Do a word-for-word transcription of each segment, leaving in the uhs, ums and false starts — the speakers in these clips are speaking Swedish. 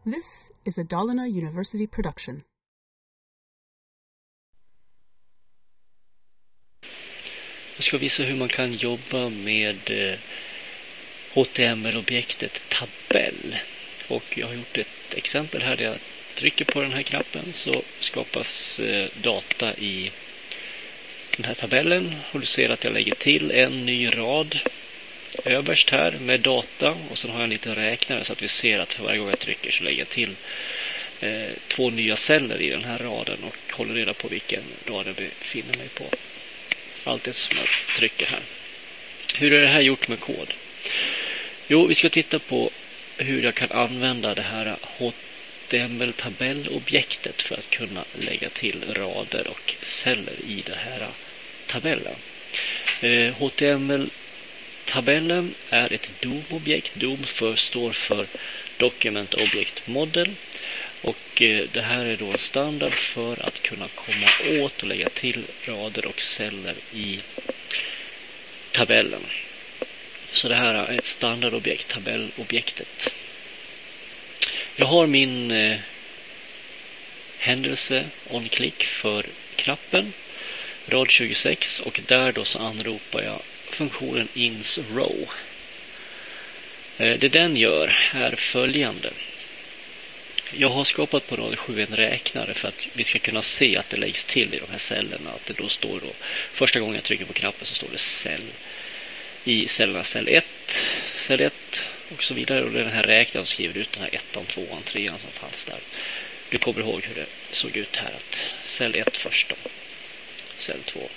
This is a Dalarna University production. Jag ska visa hur man kan jobba med H T M L-objektet tabell. Och jag har gjort ett exempel här där jag trycker på den här knappen så skapas data i den här tabellen. Och du ser att jag lägger till en ny rad överst här med data. Och sen har jag en liten räknare så att vi ser att för varje gång jag trycker så lägger jag till eh, två nya celler i den här raden. Och håller reda på vilken rad jag befinner mig på. Allt det som jag trycker här. Hur är det här gjort med kod? Jo, vi ska titta på hur jag kan använda det här H T M L-tabellobjektet för att kunna lägga till rader och celler i den här tabellen. Eh, H T M L-tabellen är ett D O M-objekt. D O M för, står för Document Object Model. Och eh, det här är då en standard för att kunna komma åt och lägga till rader och celler i tabellen. Så det här är ett standardobjekt, tabellobjektet. Jag har min eh, händelse on-click för knappen, rad tjugosex, och där då så anropar jag funktionen insRow. Eh, det den gör är följande. Jag har skapat på rad sju en räknare för att vi ska kunna se att det läggs till i de här cellerna. Att det då står då, första gången jag trycker på knappen så står det cell. I cellerna cell ett, cell ett och så vidare. Och den här räknaren skriver ut den här ettan, tvåan, trean som fanns där. Du kommer ihåg hur det såg ut här. Att cell ett först då. Cell två.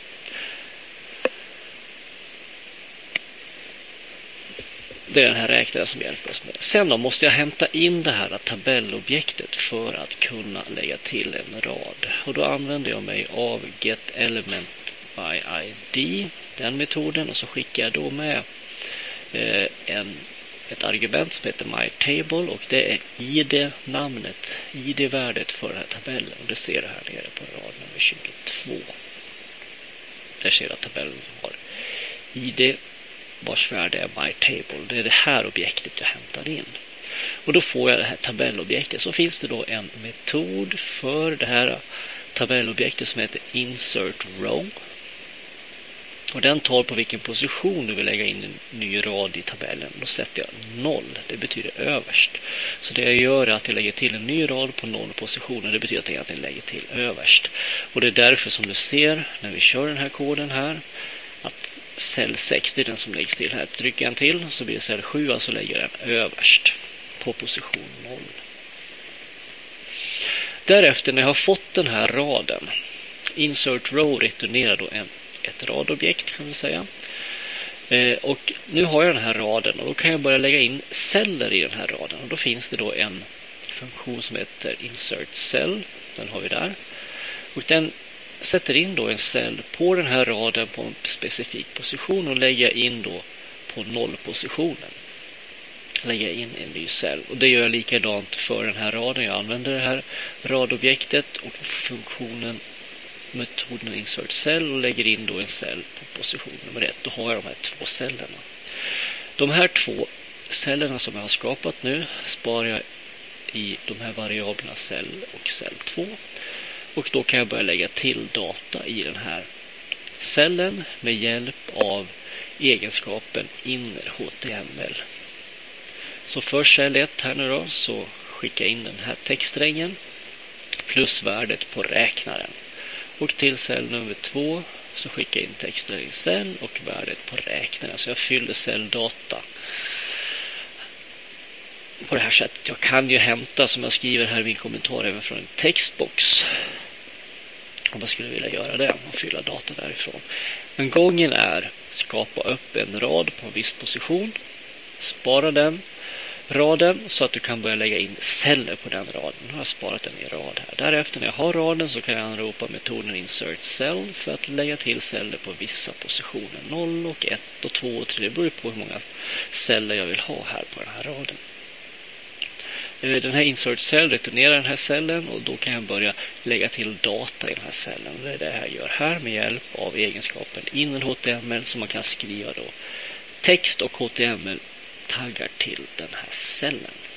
Det är den här räknaren som hjälper oss med det. Sen då måste jag hämta in det här tabellobjektet för att kunna lägga till en rad. Och då använder jag mig av getElementById, den metoden, och så skickar jag då med eh, en, ett argument som heter myTable, och det är I D-namnet, I D-värdet för den här tabellen. Och det ser du här nere på rad nummer tjugotvå. Där ser du att tabellen har I D vars värde är myTable. Det är det här objektet jag hämtar in. Och då får jag det här tabellobjektet. Så finns det då en metod för det här tabellobjektet som heter insert_row. Och den tar på vilken position du vill lägga in en ny rad i tabellen. Då sätter jag noll. Det betyder överst. Så det jag gör är att jag lägger till en ny rad på noll positioner. Det betyder att jag egentligen lägger till överst. Och det är därför som du ser när vi kör den här koden här att cell sex, det är den som läggs till här. Trycker jag en till så blir cell sju, alltså lägger den överst på position noll. Därefter när jag har fått den här raden, insert row returnerar då en, ett radobjekt kan vi säga. Eh, och nu har jag den här raden och då kan jag börja lägga in celler i den här raden. Och då finns det då en funktion som heter insert cell. Den har vi där. Och den sätter in då en cell på den här raden på en specifik position och lägger in då på nollpositionen. Lägger in en ny cell. Och det gör jag likadant för den här raden. Jag använder det här radobjektet och funktionen metoden insert cell och lägger in då en cell på position nummer ett. Då har jag de här två cellerna. De här två cellerna som jag har skapat nu sparar jag i de här variablerna cell och cell två. Och då kan jag börja lägga till data i den här cellen med hjälp av egenskapen inner H T M L. Så för cell ett här nu då så skickar jag in den här textsträngen plus värdet på räknaren. Och till cell nummer två så skickar jag in textsträngen cell och värdet på räknaren. Så jag fyller celldata på det här sättet. Jag kan ju hämta, som jag skriver här i min kommentar, även från en textbox. Om jag skulle vilja göra det och fylla data därifrån. Men gången är skapa upp en rad på en viss position. Spara den raden så att du kan börja lägga in celler på den raden. Nu har jag sparat den i rad här. Därefter när jag har raden så kan jag anropa metoden insert cell för att lägga till celler på vissa positioner. noll och ett och två och tre. Det beror på hur många celler jag vill ha här på den här raden. Den här insert cell returnerar den här cellen och då kan jag börja lägga till data i den här cellen. Det är det jag gör här med hjälp av egenskapen inner H T M L som man kan skriva då text och H T M L taggar till den här cellen.